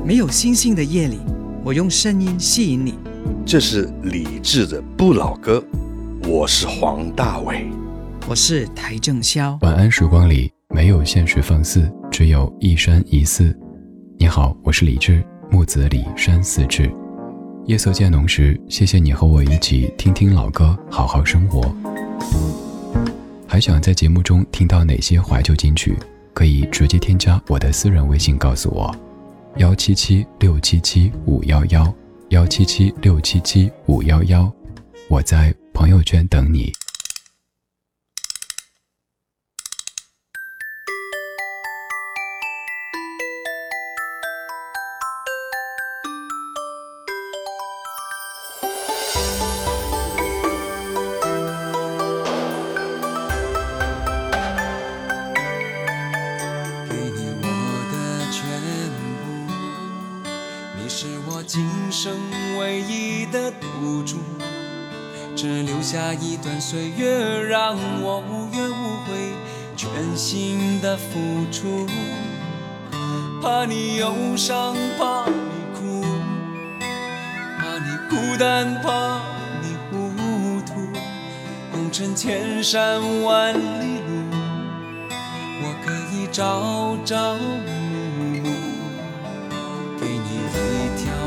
没有星星的夜里，我用声音吸引你。 这是理智的不老歌，我是黄大炜， 我是台正宵。 晚安时光里没有现实放肆，只有一山一寺。你好，我是李志，木子李，山寺志。夜色渐浓时，谢谢你和我一起听听老歌，好好生活。还想在节目中听到哪些怀旧金曲，可以直接添加我的私人微信告诉我，177677511，177677511，我在朋友圈等你。 今生唯一的赌注，只留下一段岁月，让我无怨无悔，全心的付出。怕你忧伤，怕你哭，怕你孤单，怕你糊涂。红尘千山万里路，我可以朝朝暮暮，给你一条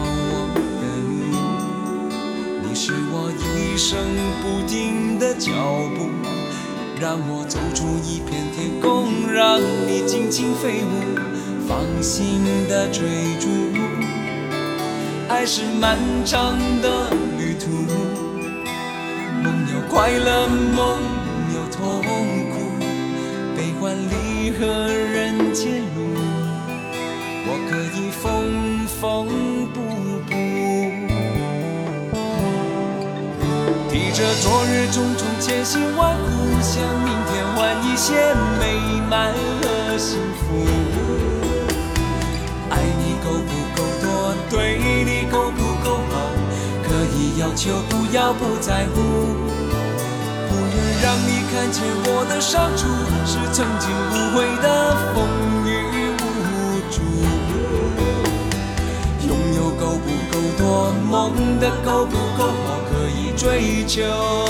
是我一生不停的脚步，让我走出一片天空，让你尽情飞舞，放心的追逐。爱是漫长的旅途，梦有快乐，梦有痛苦，悲欢离合人间路，我可以缝缝补补。提着昨日种种千辛万苦，向明天换一些美满和幸福。爱你够不够多，对你够不够好，可以要求，不要不在乎。不愿让你看见我的伤处，是曾经无悔的风雨无阻。拥有够不够多，梦的够不够好，可以追求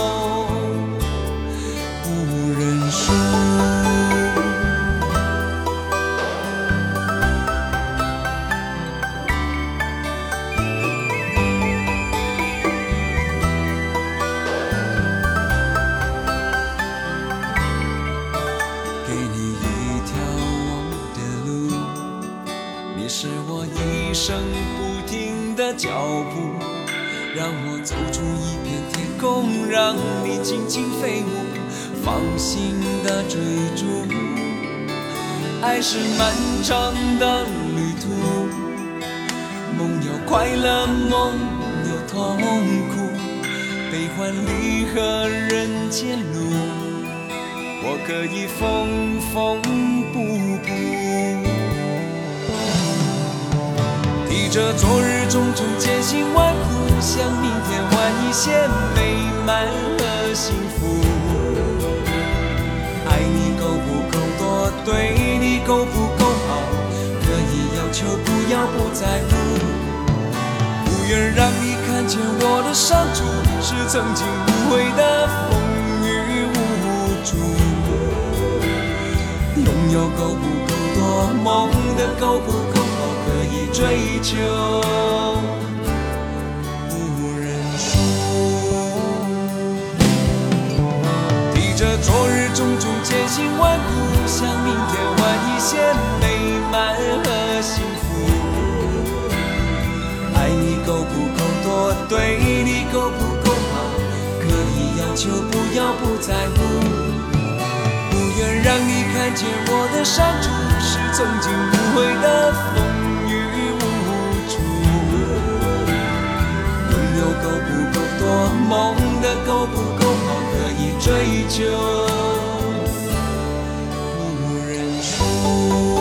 不认输。给你一条我的路，你是我一生不停的脚步，让我走出一片天空，让你尽情飞舞，放心的追逐。爱是漫长的旅途，梦有快乐，梦有痛苦，悲欢离合人间路，我可以缝缝补补。提着昨日种种艰辛万苦，向明天换一些美满和幸福。爱你够不够多，对你够不够好，可以要求，不要不在乎。不愿让你看见我的伤处，是曾经无悔的风雨无阻。拥有够不够多，梦的够不够好，可以追求不认输。提着昨日种种艰辛万苦，向明天换一些美满和幸福。爱你够不够多，对你够不够好，可以要求，不要不在乎。不愿让你看见我的伤处，是曾经无悔的风雨无阻。拥有够不够多，梦的够不够好，可以追求不认输。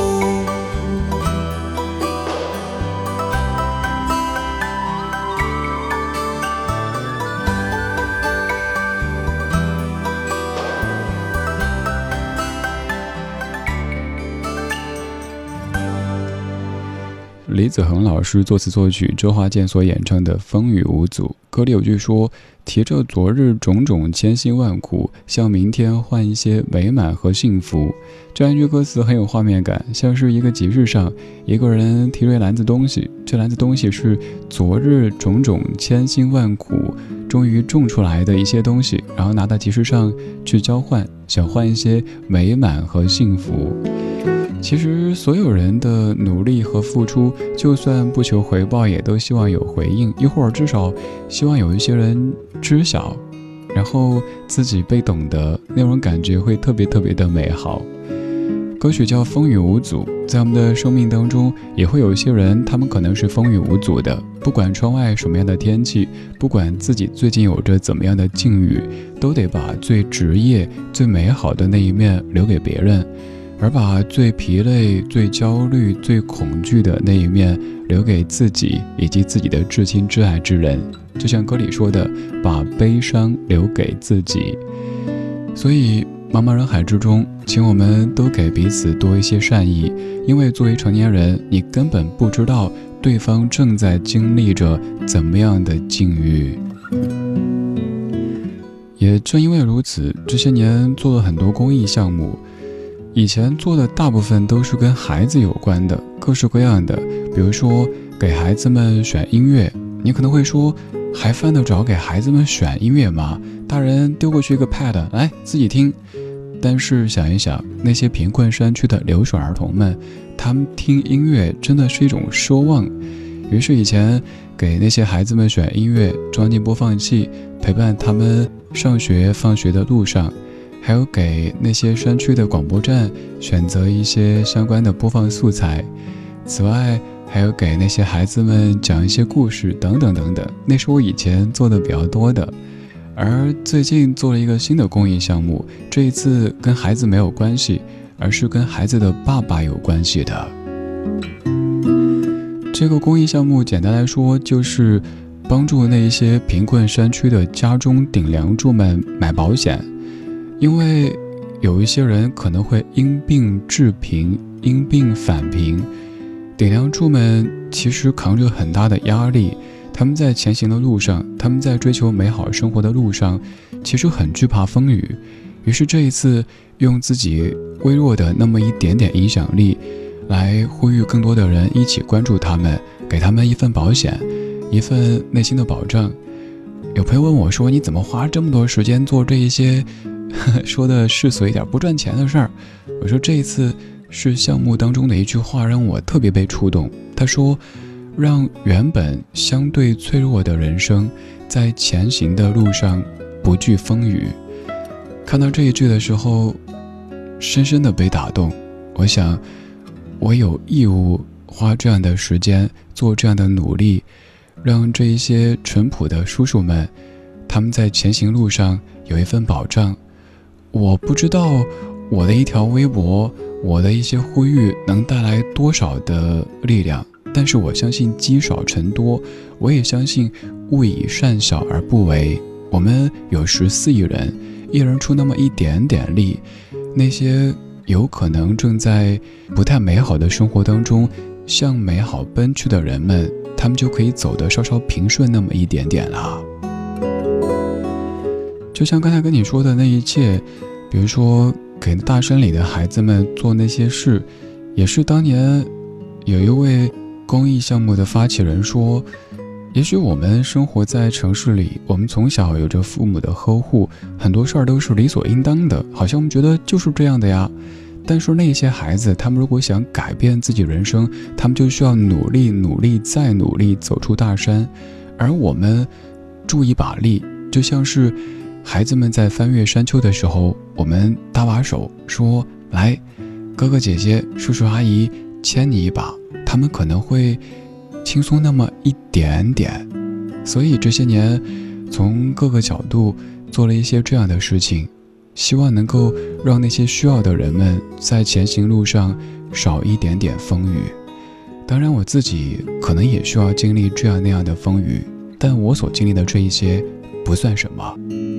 李子恒老师作词作曲，周华健所演唱的《风雨无阻》。歌里有句说：提着昨日种种千辛万苦，向明天换一些美满和幸福。这样一句歌词很有画面感，像是一个集市上，一个人提着一篮子东西，这篮子东西是昨日种种千辛万苦终于种出来的一些东西，然后拿到集市上去交换，想换一些美满和幸福。其实所有人的努力和付出，就算不求回报，也都希望有回应，一会儿至少希望有一些人知晓，然后自己被懂得，那种感觉会特别特别的美好。歌曲叫《风雨无阻》，在我们的生命当中也会有一些人，他们可能是风雨无阻的，不管窗外什么样的天气，不管自己最近有着怎么样的境遇，都得把最职业最美好的那一面留给别人，而把最疲累最焦虑最恐惧的那一面留给自己以及自己的至亲至爱之人。就像歌里说的，把悲伤留给自己。所以茫茫人海之中，请我们都给彼此多一些善意，因为作为成年人，你根本不知道对方正在经历着怎么样的境遇。也正因为如此，这些年做了很多公益项目，以前做的大部分都是跟孩子有关的，各式各样的，比如说给孩子们选音乐。你可能会说，还犯得着给孩子们选音乐吗？大人丢过去一个 pad， 来自己听。但是想一想，那些贫困山区的留守儿童们，他们听音乐真的是一种奢望。于是以前给那些孩子们选音乐，装进播放器，陪伴他们上学放学的路上，还有给那些山区的广播站选择一些相关的播放素材。此外还有给那些孩子们讲一些故事等等等等，那是我以前做的比较多的。而最近做了一个新的公益项目，这一次跟孩子没有关系，而是跟孩子的爸爸有关系的。这个公益项目简单来说，就是帮助那些贫困山区的家中顶梁柱们买保险。因为有一些人可能会因病致贫，因病返贫，顶梁柱们其实扛着很大的压力，他们在前行的路上，他们在追求美好生活的路上，其实很惧怕风雨。于是这一次用自己微弱的那么一点点影响力，来呼吁更多的人一起关注他们，给他们一份保险，一份内心的保障。有朋友问我说，你怎么花这么多时间做这一些说的世俗一点不赚钱的事儿？我说这一次是项目当中的一句话让我特别被触动。他说，让原本相对脆弱的人生在前行的路上不惧风雨。看到这一句的时候，深深的被打动。我想我有义务花这样的时间做这样的努力，让这一些淳朴的叔叔们，他们在前行路上有一份保障。我不知道我的一条微博，我的一些呼吁能带来多少的力量，但是我相信积少成多，我也相信勿以善小而不为。我们有14亿人，一人出那么一点点力，那些有可能正在不太美好的生活当中向美好奔去的人们，他们就可以走得稍稍平顺那么一点点了。就像刚才跟你说的那一切，比如说给大山里的孩子们做那些事，也是当年有一位公益项目的发起人说，也许我们生活在城市里，我们从小有着父母的呵护，很多事儿都是理所应当的，好像我们觉得就是这样的呀。但是那些孩子，他们如果想改变自己人生，他们就需要努力努力再努力，走出大山。而我们助一把力，就像是孩子们在翻越山丘的时候，我们搭把手说，来，哥哥姐姐叔叔阿姨牵你一把，他们可能会轻松那么一点点。所以这些年从各个角度做了一些这样的事情，希望能够让那些需要的人们在前行路上少一点点风雨。当然我自己可能也需要经历这样那样的风雨，但我所经历的这一些不算什么。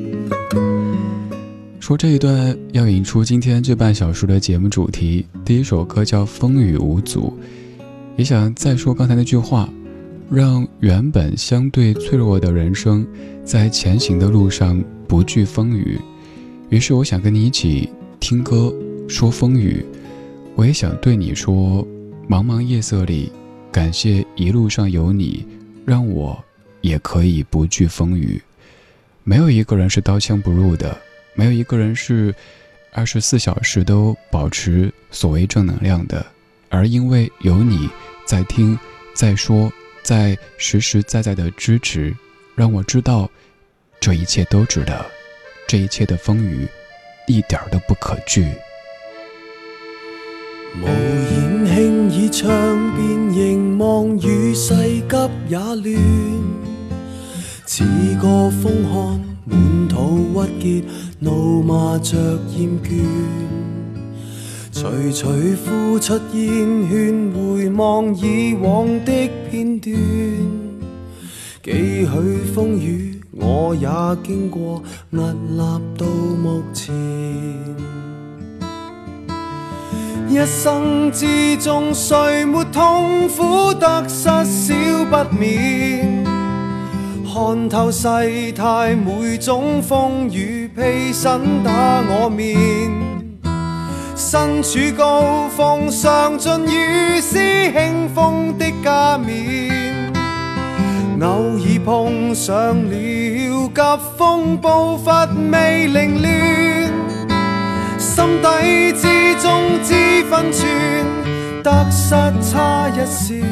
说这一段要引出今天这半小时的节目主题，第一首歌叫《风雨无阻》。 也想再说刚才那句话，让原本相对脆弱的人生在前行的路上不惧风雨。于是我想跟你一起听歌说风雨，我也想对你说，茫茫夜色里，感谢一路上有你，让我也可以不惧风雨。没有一个人是刀枪不入的，没有一个人是24小时都保持所谓正能量的，而因为有你在听在说，在实实在在的支持，让我知道这一切都值得，这一切的风雨一点都不可惧。 無言輕倚窗邊凝望，與世急也亂，似個風寒滿肚鬱結，怒罵着厭倦，徐徐呼出煙圈，回望以往的片段，幾許風雨我也經過，屹立到目前。一生之中，誰沒痛苦得失少不免？看透世態，每種風雨披身打我面。身處高峰，嘗盡雨絲輕風的加冕。偶爾碰上了急風暴，乏味凌亂。心底之中知分寸，得失差一線。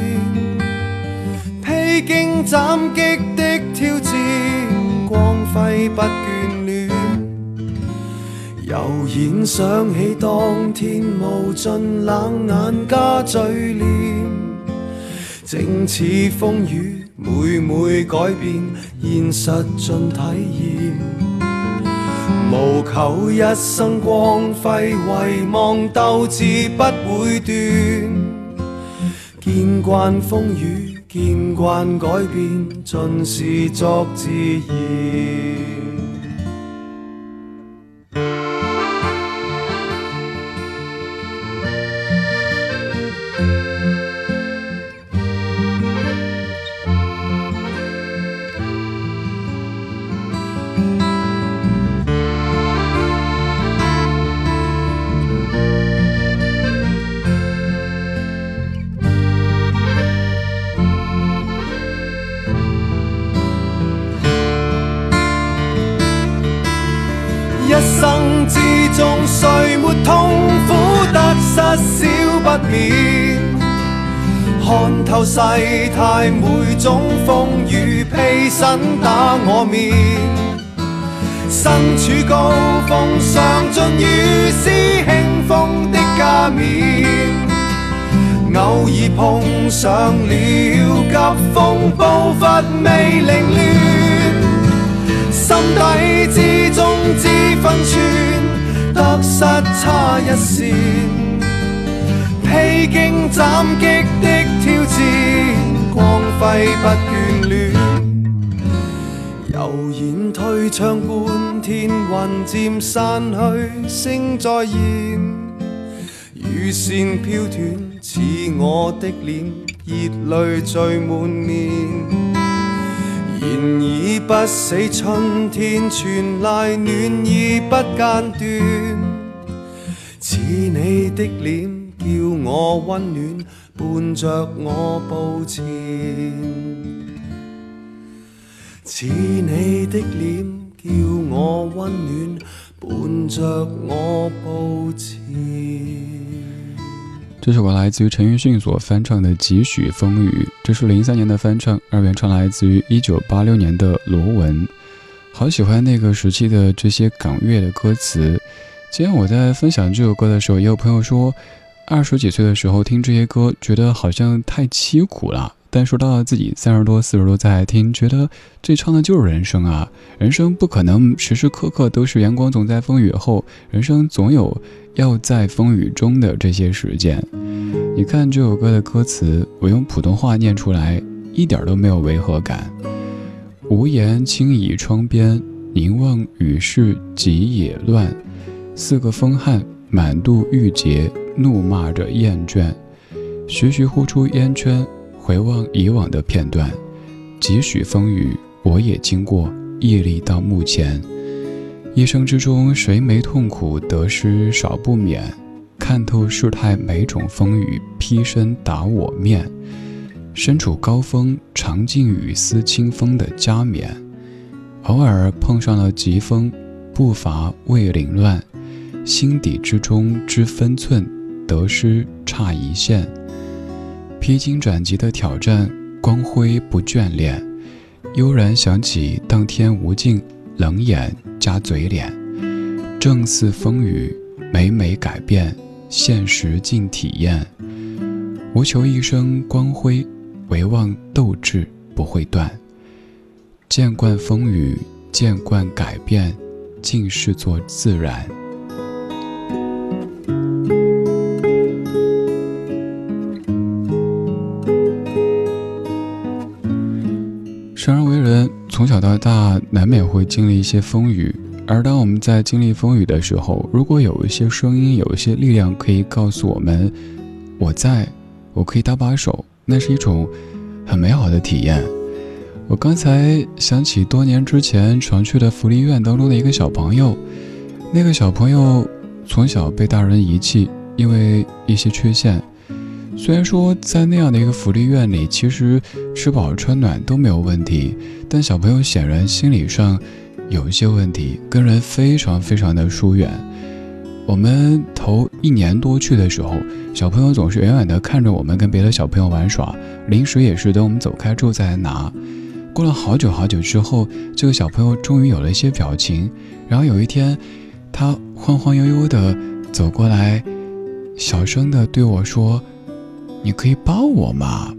披荊斬棘的挑戰，光輝不眷戀。悠然想起當天無盡冷眼加嘴臉，正似風雨每每改變，現實盡體驗。無求一生光輝，遺忘鬥志不會斷。見慣風雨，見慣改變，盡是作自然。一生之中，誰沒痛苦得失少不免？看透世態，每種風雨披身打我面。身處高峰，嘗盡雨絲輕風的加冕。偶爾碰上了急風暴，乏味凌亂。心底之中知分寸，得失差一線。披荊斬棘的挑戰，光輝不眷戀。悠然推窗觀天雲漸散去，星再現。雨線飄斷，似我的臉，熱淚聚滿面。然而不死春天，傳來暖意不間斷。似你的臉，叫我溫暖，伴着我步前。似你的臉，叫我溫暖，伴着我步前。 这首歌来自于陈奕迅所翻唱的《几许风雨》，这是03年的翻唱，而原唱来自于1986年的罗文。好喜欢那个时期的这些港乐的歌词。今天我在分享这首歌的时候，也有朋友说20几岁的时候听这些歌觉得好像太凄苦了，但说到自己30多40多再来听，觉得这唱的就是人生啊，人生不可能时时刻刻都是阳光总在风雨后，人生总有要在风雨中的这些时间。你看这首歌的歌词，我用普通话念出来一点都没有违和感。无言轻倚窗边，凝望雨势极也乱，四个风汉满肚郁结，怒骂着厌倦。 徐徐呼出烟圈，回望以往的片段，几许风雨我也经过，屹立到目前。一生之中谁没痛苦，得失少不免，看透世态每种风雨，披身打我面。身处高峰，尝尽雨丝清风的加冕，偶尔碰上了疾风，步伐未凌乱，心底之中知分寸，得失差一线。披荆斩棘的挑战，光辉不眷恋，悠然想起当天无尽冷眼加嘴脸，正似风雨，每每改变，现实尽体验。无求一生光辉，唯望斗志不会断。见惯风雨，见惯改变，尽视作自然。生而为人，从小到大难免会经历一些风雨，而当我们在经历风雨的时候，如果有一些声音，有一些力量可以告诉我们我在，我可以搭把手，那是一种很美好的体验。我刚才想起多年之前常去的福利院当中的一个小朋友，那个小朋友从小被大人遗弃，因为一些缺陷。虽然说在那样的一个福利院里，其实吃饱穿暖都没有问题，但小朋友显然心理上有一些问题，跟人非常非常的疏远。我们头1年多去的时候，小朋友总是远远地看着我们跟别的小朋友玩耍，零食也是等我们走开之后再来拿。过了好久好久之后，这个小朋友终于有了一些表情，然后有一天他晃晃悠悠地走过来，小声地对我说，你可以抱我吗？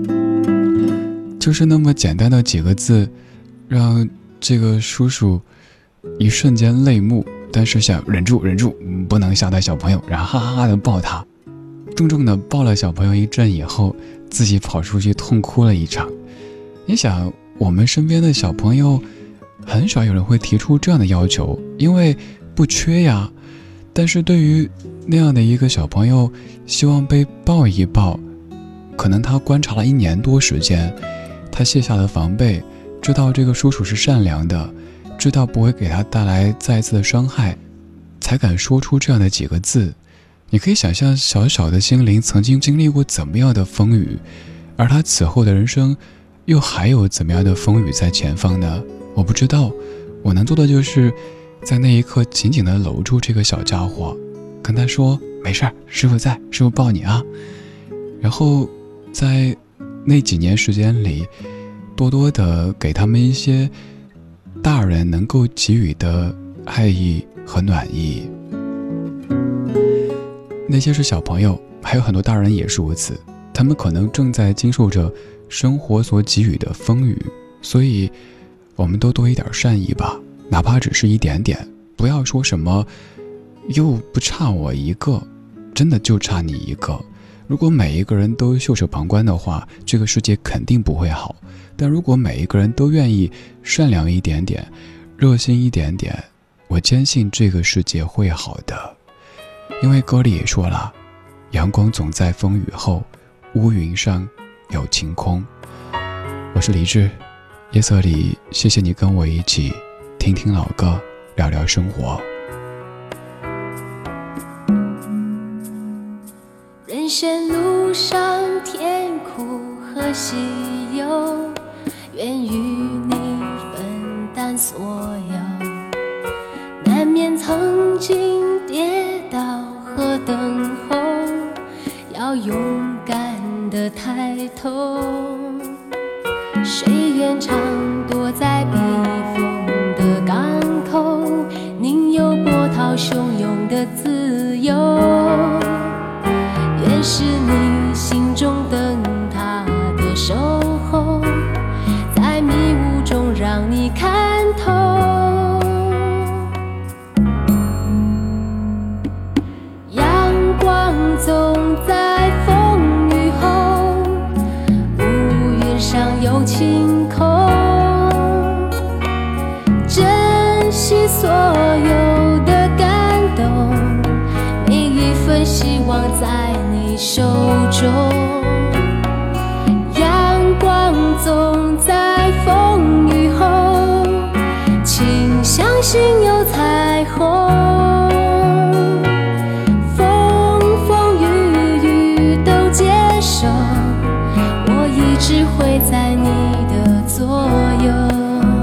就是那么简单的几个字，让这个叔叔一瞬间泪目，但是想忍住，不能吓到小朋友，然后哈哈哈的抱他，重重的抱了小朋友一阵以后，自己跑出去痛哭了一场。你想，我们身边的小朋友很少有人会提出这样的要求，因为不缺呀。但是对于那样的一个小朋友，希望被抱一抱，可能他观察了1年多时间，他卸下了防备，知道这个叔叔是善良的，知道不会给他带来再一次的伤害，才敢说出这样的几个字。你可以想象小小的心灵曾经经历过怎么样的风雨，而他此后的人生又还有怎么样的风雨在前方呢？我不知道，我能做的就是在那一刻紧紧地搂住这个小家伙，跟他说没事儿，师傅在，师傅抱你啊。然后在那几年时间里，多多的给他们一些大人能够给予的爱意和暖意。那些是小朋友，还有很多大人也是如此，他们可能正在经受着生活所给予的风雨，所以我们都多一点善意吧，哪怕只是一点点，不要说什么又不差我一个，真的就差你一个。如果每一个人都袖手旁观的话，这个世界肯定不会好。但如果每一个人都愿意善良一点点，热心一点点，我坚信这个世界会好的。因为歌里也说了，阳光总在风雨后，乌云上有晴空。我是李志，夜色里，谢谢你跟我一起听听老歌，聊聊生活。 人生路上甜苦和喜忧，愿与你分担所有，难免曾经跌倒和等候，要勇敢地抬头。谁愿常躲在避风的港口，宁有波涛汹涌的自由。愿是你心中灯塔的守候，在迷雾中让你看透。阳光总在风雨后，乌云上有晴空。珍惜所有的感动，每一份希望在你手中。 直会在你的左右。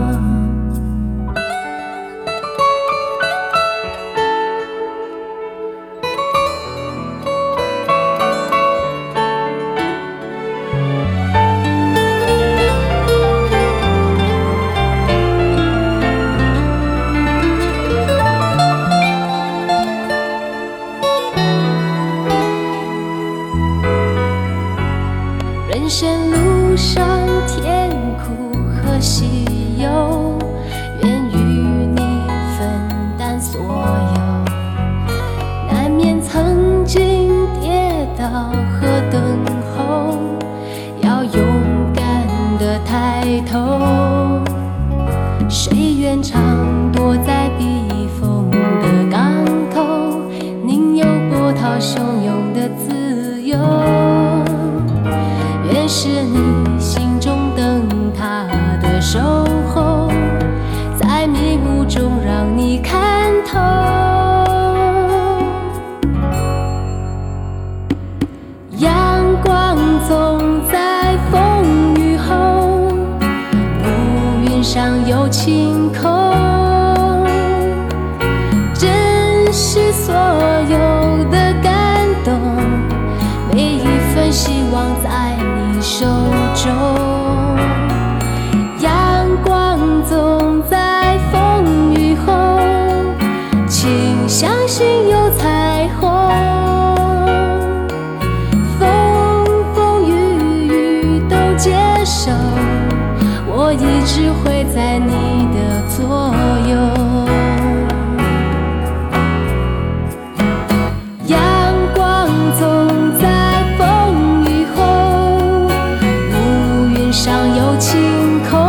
人生路上甜苦和喜忧，愿与你分担所有。难免曾经跌倒和等候，要勇敢地抬头。谁愿常躲在避风的港口，宁有波涛汹涌的自由。愿是你心中灯塔的守候，在迷雾中让你看透。阳光总在风雨后，乌云上有晴空。珍惜所有的感动，每一份希望在你手中。阳光总在风雨后，请相信有彩虹。风风雨雨都接受，我一直会在你的左右。阳光总在风雨后，乌云上有晴空。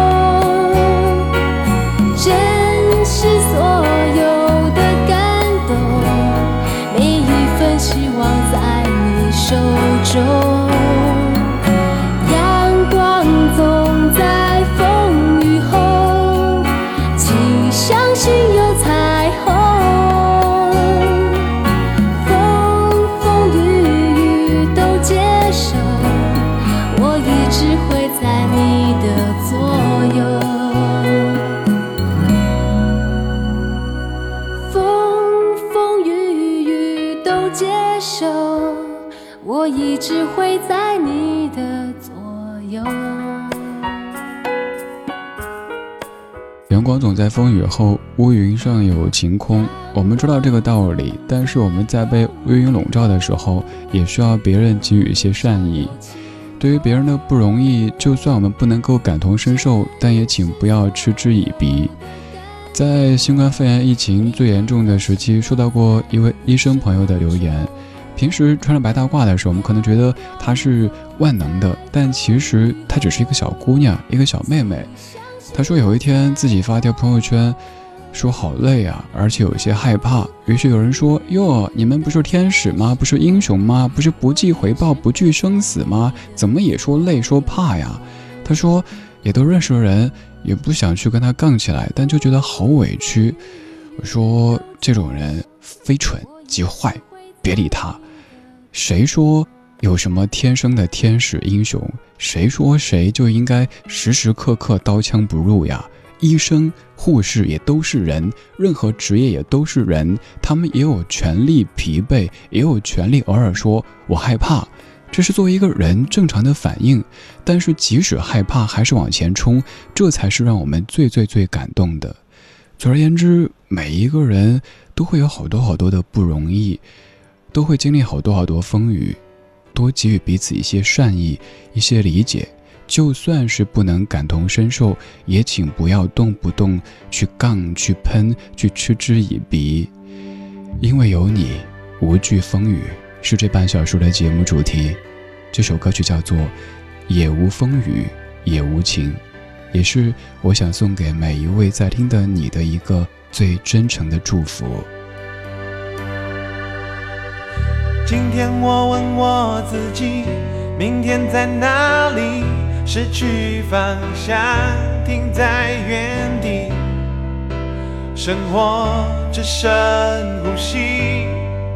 珍惜所有的感动，每一份希望在你手中。阳光总在风雨后，请相信有彩虹。我一直会在你的左右。风风雨雨都接受，我一直会在你的左右。 阳光总在风雨后，乌云上有晴空。我们知道这个道理，但是我们在被乌云笼罩的时候，也需要别人给予一些善意。对于别人的不容易，就算我们不能够感同身受，但也请不要嗤之以鼻。在新冠肺炎疫情最严重的时期，收到过一位医生朋友的留言。平时穿着白大褂的时候，我们可能觉得她是万能的，但其实她只是一个小姑娘，一个小妹妹。她说有一天自己发条朋友圈，说好累啊，而且有些害怕。于是有人说，哟，你们不是天使吗？不是英雄吗？不是不计回报不惧生死吗？怎么也说累说怕呀？他说也都认识的人，也不想去跟他杠起来，但就觉得好委屈。我说这种人非蠢即坏，别理他。谁说有什么天生的天使英雄？谁说谁就应该时时刻刻刀枪不入呀？医生护士也都是人，任何职业也都是人，他们也有权利疲惫，也有权利偶尔说我害怕，这是作为一个人正常的反应。但是即使害怕还是往前冲，这才是让我们最感动的。总而言之，每一个人都会有好多的不容易，都会经历好多风雨，多给予彼此一些善意，一些理解。就算是不能感同身受，也请不要动不动去杠去喷去嗤之以鼻。因为有你，无惧风雨，是这半小时的节目主题。这首歌曲叫做也无风雨也无晴，也是我想送给每一位在听的你的一个最真诚的祝福。 今天我问我自己，明天在哪里？失去方向，停在原地，生活只剩呼吸，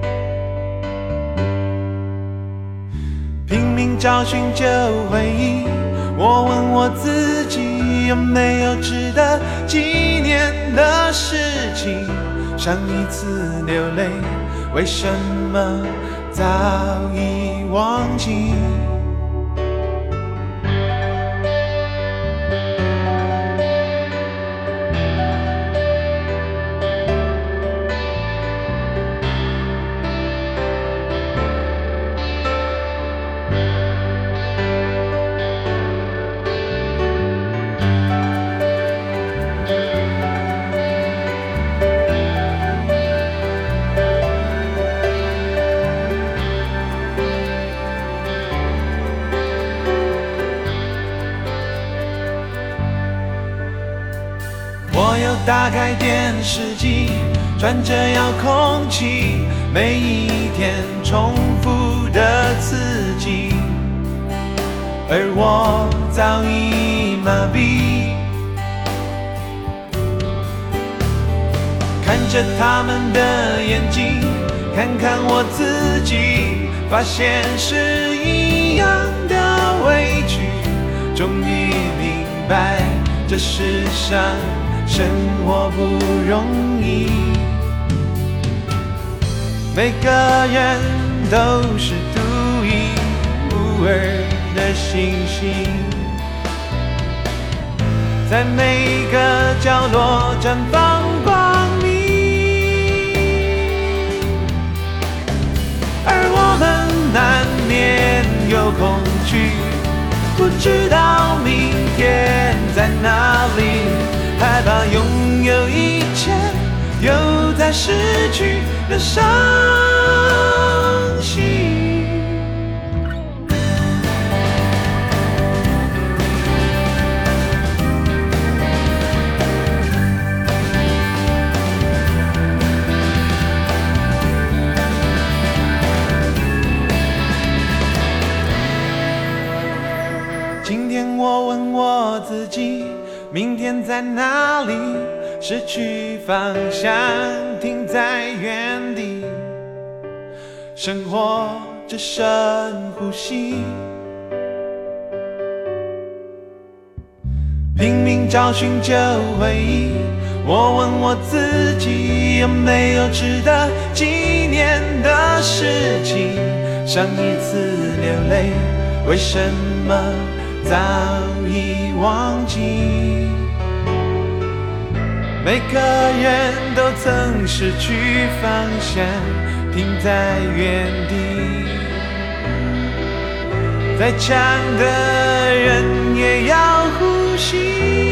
拼命找寻旧回忆， 我问我自己有没有值得纪念的事情，上一次流泪为什么早已忘记。打开电视机，转着遥控器，每一天重复的刺激，而我早已麻痹。看着他们的眼睛，看看我自己，发现是一样的委屈。终于明白，这世上生活不容易，每个人都是独一无二的星星，在每个角落绽放光明。而我们难免有恐惧，不知道明天在哪里，害怕拥有一切，又在失去的伤心。今天我问我自己，明天在哪里？失去方向，停在原地，生活只深呼吸，拼命找寻旧回忆。我问我自己，有没有值得纪念的事情？上一次流泪，为什么早已忘记？每个人都曾失去方向，停在原地，再强的人也要呼吸。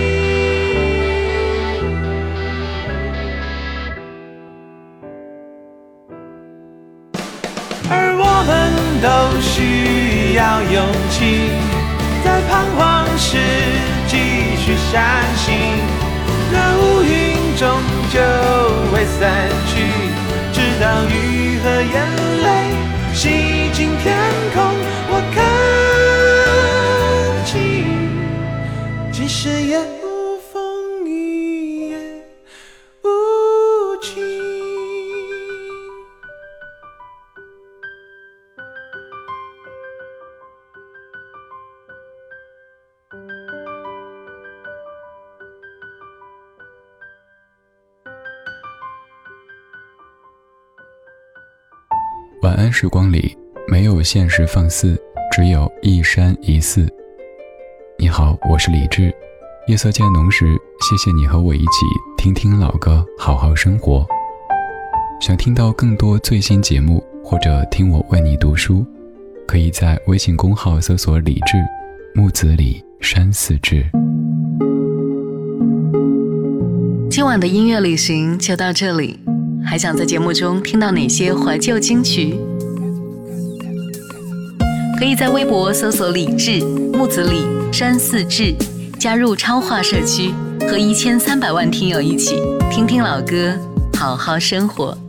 而我们都需要勇气，在彷徨时继续相信，那乌云终究会散去，直到雨和眼泪洗净天空。我看清，即使也无风雨也无晴。 晚安时光里没有现实放肆，只有一山一寺。你好，我是李志。夜色渐浓时，谢谢你和我一起听听老歌，好好生活。想听到更多最新节目，或者听我为你读书，可以在微信公号搜索李志，木子李，山寺志。 今晚的音乐旅行就到这里，还想在节目中听到哪些怀旧金曲？可以在微博搜索李志，木子李，山寺志，加入超话社区，和1300万听友一起听听老歌，好好生活。